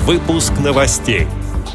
Выпуск новостей.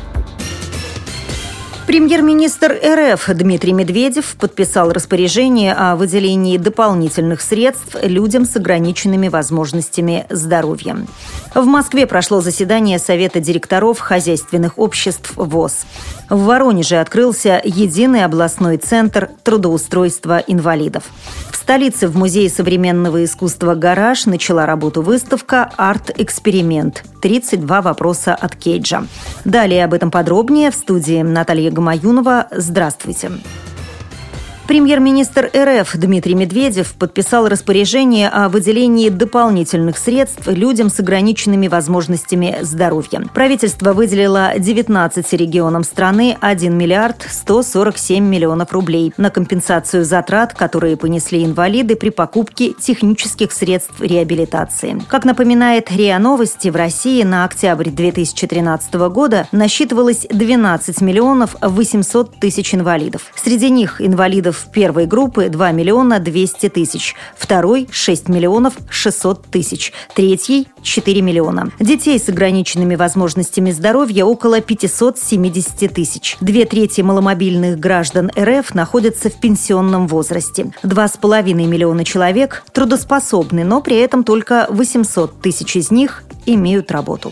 Премьер-министр РФ Дмитрий Медведев подписал распоряжение о выделении дополнительных средств людям с ограниченными возможностями здоровья. В Москве прошло заседание Совета директоров хозяйственных обществ ВОС. В Воронеже открылся единый областной центр трудоустройства инвалидов. В столице в Музее современного искусства «Гараж» начала работу выставка «Арт-эксперимент. 32 вопроса от Кейджа». Далее об этом подробнее в студии Наталья Гамаюнова. Здравствуйте. Премьер-министр РФ Дмитрий Медведев подписал распоряжение о выделении дополнительных средств людям с ограниченными возможностями здоровья. Правительство выделило 19 регионам страны 1 миллиард 147 миллионов рублей на компенсацию затрат, которые понесли инвалиды при покупке технических средств реабилитации. Как напоминает РИА Новости, в России на октябрь 2013 года насчитывалось 12 миллионов 800 тысяч инвалидов. Среди них инвалидов первой группы 2 миллиона 200 тысяч, второй – 6 миллионов 600 тысяч, третьей – 4 миллиона. Детей с ограниченными возможностями здоровья около 570 тысяч. 2/3 маломобильных граждан РФ находятся в пенсионном возрасте. 2,5 миллиона человек трудоспособны, но при этом только 800 тысяч из них имеют работу.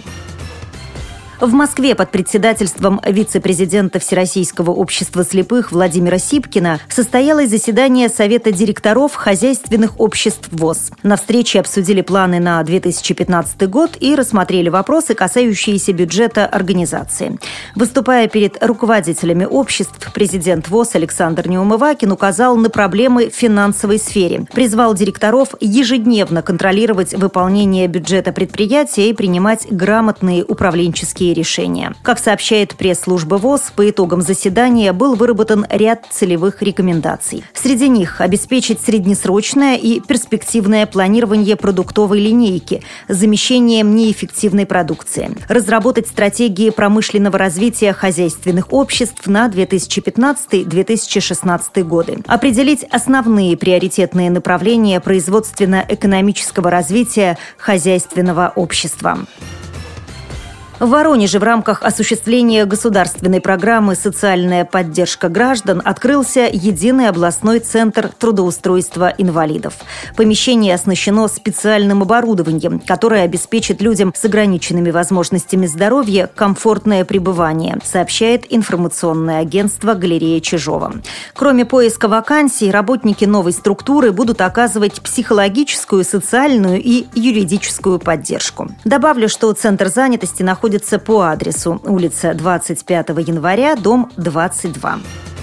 В Москве под председательством вице-президента Всероссийского общества слепых Владимира Сипкина состоялось заседание Совета директоров хозяйственных обществ ВОС. На встрече обсудили планы на 2015 год и рассмотрели вопросы, касающиеся бюджета организации. Выступая перед руководителями обществ, президент ВОС Александр Неумывакин указал на проблемы в финансовой сфере. Призвал директоров ежедневно контролировать выполнение бюджета предприятия и принимать грамотные управленческие решения. Как сообщает пресс-служба ВОС, по итогам заседания был выработан ряд целевых рекомендаций. Среди них обеспечить среднесрочное и перспективное планирование продуктовой линейки с замещением неэффективной продукции, разработать стратегии промышленного развития хозяйственных обществ на 2015-2016 годы, определить основные приоритетные направления производственно-экономического развития хозяйственного общества. В Воронеже в рамках осуществления государственной программы «Социальная поддержка граждан» открылся единый областной центр трудоустройства инвалидов. Помещение оснащено специальным оборудованием, которое обеспечит людям с ограниченными возможностями здоровья комфортное пребывание, сообщает информационное агентство «Галерея Чижова». Кроме поиска вакансий, работники новой структуры будут оказывать психологическую, социальную и юридическую поддержку. Добавлю, что Центр занятости находится по адресу улица 25 января, дом 22.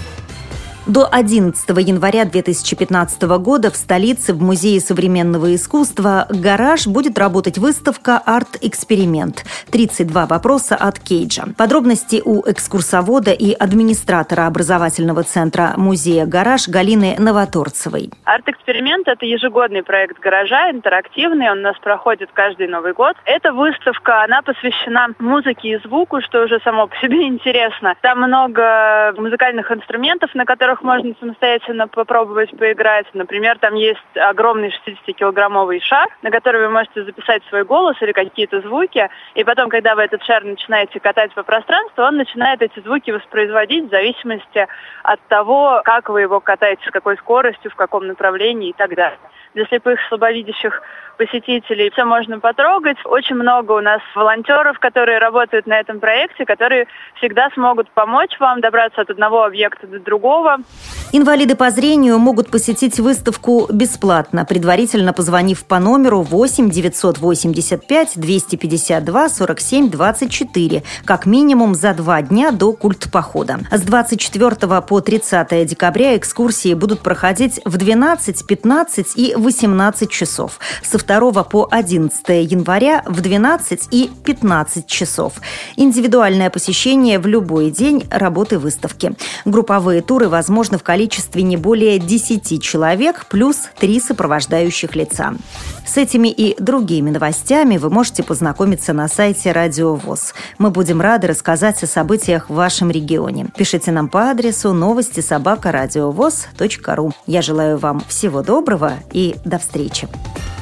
До 11 января 2015 года в столице в Музее современного искусства «Гараж» будет работать выставка «Арт-эксперимент. 32 вопроса от Кейджа». Подробности у экскурсовода и администратора образовательного центра музея «Гараж» Галины Новоторцевой. «Арт-эксперимент» – это ежегодный проект «Гаража», интерактивный, он у нас проходит каждый Новый год. Эта выставка, она посвящена музыке и звуку, что уже само по себе интересно. Там много музыкальных инструментов, на которых можно самостоятельно попробовать поиграть. Например, там есть огромный 60-килограммовый шар, на который вы можете записать свой голос или какие-то звуки. И потом, когда вы этот шар начинаете катать по пространству, он начинает эти звуки воспроизводить в зависимости от того, как вы его катаете, с какой скоростью, в каком направлении и так далее. Для слепых, слабовидящих посетителей все можно потрогать. Очень много у нас волонтеров, которые работают на этом проекте, которые всегда смогут помочь вам добраться от одного объекта до другого. Инвалиды по зрению могут посетить выставку бесплатно, предварительно позвонив по номеру 8 985 252 47 24, как минимум за 2 дня до культпохода. С 24 по 30 декабря экскурсии будут проходить в 12, 15 и 18 часов. Со 2 по 11 января в 12 и 15 часов. Индивидуальное посещение в любой день работы выставки. Групповые туры возможны в количестве не более 10 человек плюс 3 сопровождающих лица. С этими и другими новостями вы можете познакомиться на сайте Радио ВОС. Мы будем рады рассказать о событиях в вашем регионе. Пишите нам по адресу новости@радиовос.ру. Я желаю вам всего доброго и до встречи.